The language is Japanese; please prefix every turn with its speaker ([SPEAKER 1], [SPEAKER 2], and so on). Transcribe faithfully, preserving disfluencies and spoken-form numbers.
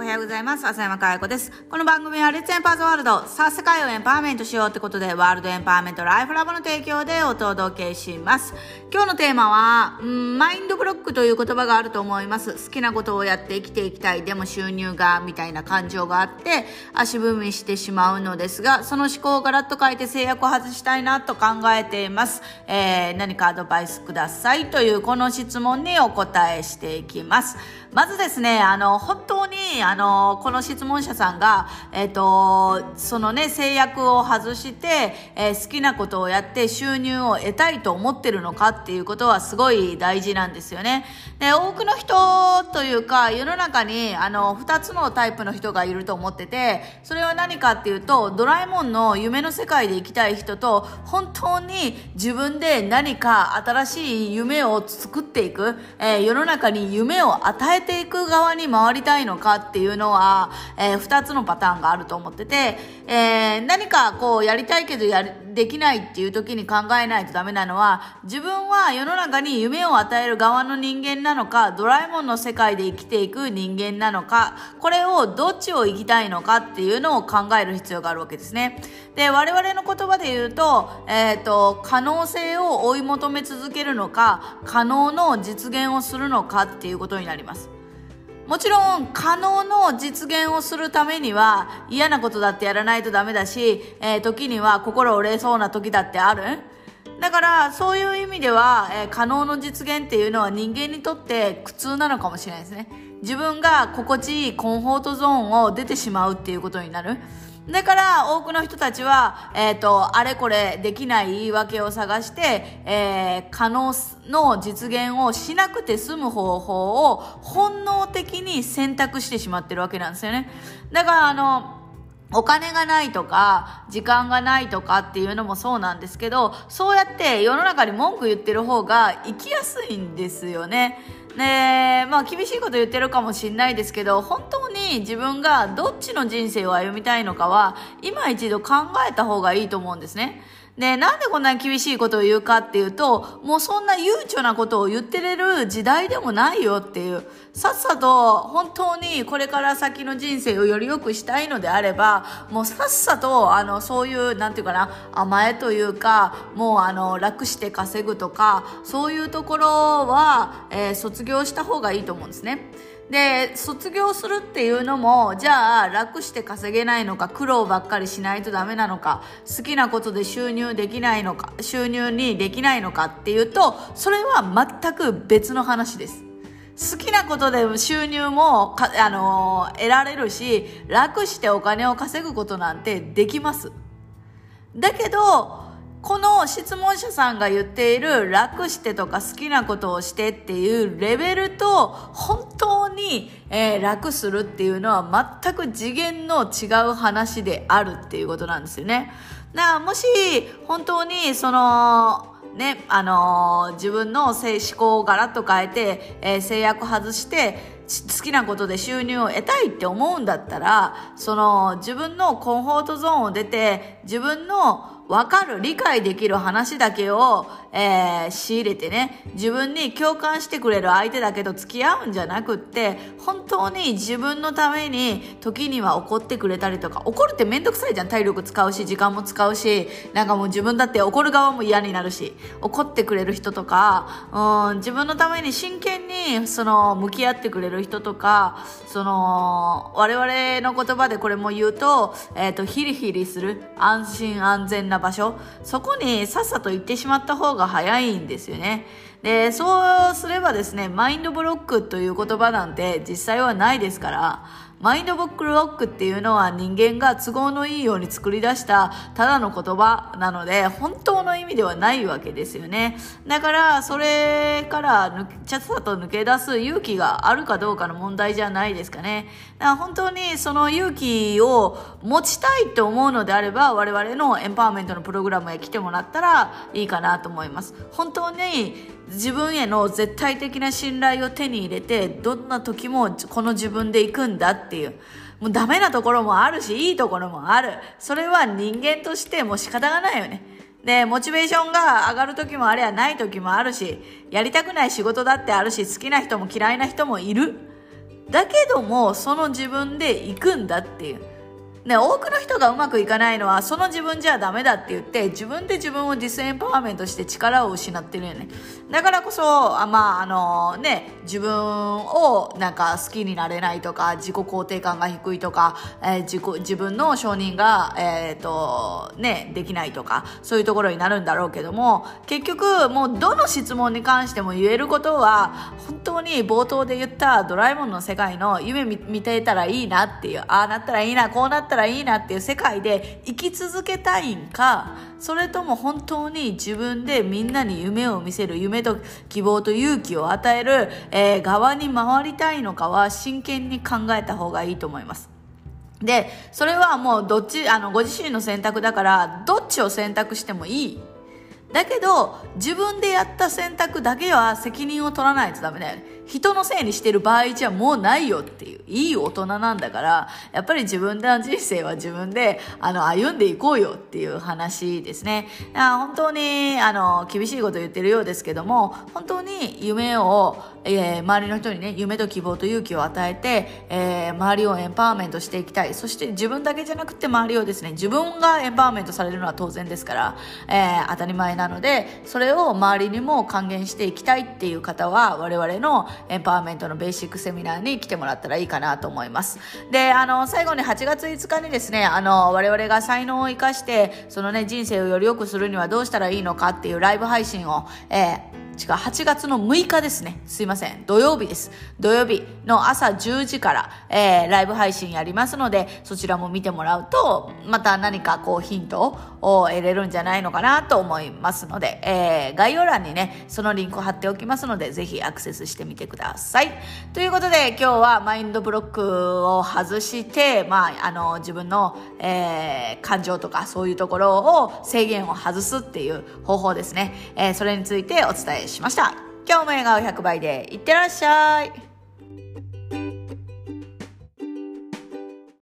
[SPEAKER 1] はようございます。浅山かや子です。この番組はレッツエンパーズワールド、さあ世界をエンパワーメントしようってことで、ワールドエンパワーメントライフラボの提供でお届けします。今日のテーマは、んマインドブロックという言葉があると思います。好きなことをやって生きていきたい、でも収入がみたいな感情があって足踏みしてしまうのですが、その思考をガラッと変えて制約を外したいなと考えています。えー、何かアドバイスくださいというこの質問にお答えしていきます。まずですね、あの本当にあのこの質問者さんが、えっと、そのね制約を外して、えー、好きなことをやって収入を得たいと思ってるのかっていうことはすごい大事なんですよね。で、多くの人というか世の中にあのふたつのタイプの人がいると思ってて、それは何かっていうと、ドラえもんの夢の世界で生きたい人と、本当に自分で何か新しい夢を作っていく、えー、世の中に夢を与えていく側に回りたいのかっていうのは、えー、ふたつのパターンがあると思ってて、えー、何かこうやりたいけどやるできないっていう時に考えないとダメなのは、自分は世の中に夢を与える側の人間なのか、ドラえもんの世界で生きていく人間なのか、これをどっちを生きたいのかっていうのを考える必要があるわけですね。で、我々の言葉で言うと、えっと、可能性を追い求め続けるのか、可能の実現をするのかっていうことになります。もちろん可能の実現をするためには嫌なことだってやらないとダメだし、えー、時には心折れそうな時だってある。だからそういう意味では、えー、可能の実現っていうのは人間にとって苦痛なのかもしれないですね。自分が心地いいコンフォートゾーンを出てしまうっていうことになる。だから多くの人たちは、えっと、あれこれできない言い訳を探して、えー、可能の実現をしなくて済む方法を本能的に選択してしまってるわけなんですよね。だからあの、お金がないとか時間がないとかっていうのもそうなんですけど、そうやって世の中に文句言ってる方が生きやすいんですよね。ね、まあ厳しいこと言ってるかもしれないですけど、本当に自分がどっちの人生を歩みたいのかは今一度考えた方がいいと思うんですね。で、なんでこんなに厳しいことを言うかっていうと、もうそんな悠長なことを言ってれる時代でもないよっていう。さっさと本当にこれから先の人生をより良くしたいのであれば、もうさっさとあのそういうなんていうかな、甘えというか、もうあの楽して稼ぐとか、そういうところは、えー、卒業した方がいいと思うんですね。で、卒業するっていうのも、じゃあ楽して稼げないのか、苦労ばっかりしないとダメなのか、好きなことで収入できないのか、収入にできないのかっていうと、それは全く別の話です。好きなことで収入もか、あのー、得られるし、楽してお金を稼ぐことなんてできます。だけど、この質問者さんが言っている楽してとか好きなことをしてっていうレベルと本当に、えー、楽するっていうのは全く次元の違う話であるっていうことなんですよね。だからもし本当にそのね、あのー、自分の思考をガラッと変えて、えー、制約外して好きなことで収入を得たいって思うんだったら、その自分のコンフォートゾーンを出て自分の分かる理解できる話だけを、えー、仕入れてね、自分に共感してくれる相手だけと付き合うんじゃなくって、本当に自分のために時には怒ってくれたりとか、怒るってめんどくさいじゃん。体力使うし時間も使うし、なんかもう自分だって怒る側も嫌になるし、怒ってくれる人とか、うん、自分のために真剣にその向き合ってくれる人とか、その我々の言葉でこれも言うと、えっとヒリヒリする安心安全な場所、そこにさっさと行ってしまった方が早いんですよね。で、そうすればですね、マインドブロックという言葉なんて実際はないですから、マインドブロックっていうのは人間が都合のいいように作り出したただの言葉なので、本当の意味ではないわけですよね。だからそれからちゃっさと抜け出す勇気があるかどうかの問題じゃないですかね。だから本当にその勇気を持ちたいと思うのであれば、我々のエンパワーメントのプログラムへ来てもらったらいいかなと思います。本当に自分への絶対的な信頼を手に入れて、どんな時もこの自分で行くんだっていう、もうダメなところもあるしいいところもある、それは人間としてもう仕方がないよね。で、モチベーションが上がる時もあればない時もあるし、やりたくない仕事だってあるし、好きな人も嫌いな人もいる。 だけどもその自分で行くんだっていう。ね、多くの人がうまくいかないのはその自分じゃダメだって言って自分で自分をディスエンパワーメントして力を失ってるよね。だからこそあまああのね自分をなんか好きになれないとか自己肯定感が低いとか、えー、自己自分の承認がえっとねできないとかそういうところになるんだろうけども、結局もうどの質問に関しても言えることは本当に冒頭で言ったドラえもんの世界の夢見、見てたらいいなっていう、ああなったらいいなこうなったらいいなっていう世界で生き続けたいんか、それとも本当に自分でみんなに夢を見せる、夢と希望と勇気を与える、えー、側に回りたいのかは真剣に考えた方がいいと思います。で、それはもうどっちあのご自身の選択だからどっちを選択してもいい。だけど自分でやった選択だけは責任を取らないとダメだよね。人のせいにしてる場合じゃもうないよっていう、いい大人なんだからやっぱり自分の人生は自分であの歩んでいこうよっていう話ですね。本当にあの厳しいこと言ってるようですけども、本当に夢を、えー、周りの人にね夢と希望と勇気を与えて、えー、周りをエンパワーメントしていきたい。そして自分だけじゃなくて周りをですね、自分がエンパワーメントされるのは当然ですから、えー、当たり前なのでそれを周りにも還元していきたいっていう方は我々のエンパワーメントのベーシックセミナーに来てもらったらいいかなと思います。で、あの最後にはちがついつかにですね、あの我々が才能を生かしてそのね人生をより良くするにはどうしたらいいのかっていうライブ配信を、えー違うはちがつのむいかですね、すいません土曜日です。土曜日の朝じゅうじから、えー、ライブ配信やりますので、そちらも見てもらうとまた何かこうヒントを得れるんじゃないのかなと思いますので、えー、概要欄にねそのリンクを貼っておきますのでぜひアクセスしてみてください。ということで今日はマインドブロックを外して、まあ、あの自分の、えー、感情とかそういうところを制限を外すっていう方法ですね、えー、それについてお伝えしました。今日も笑顔ひゃくばいでいってらっしゃい。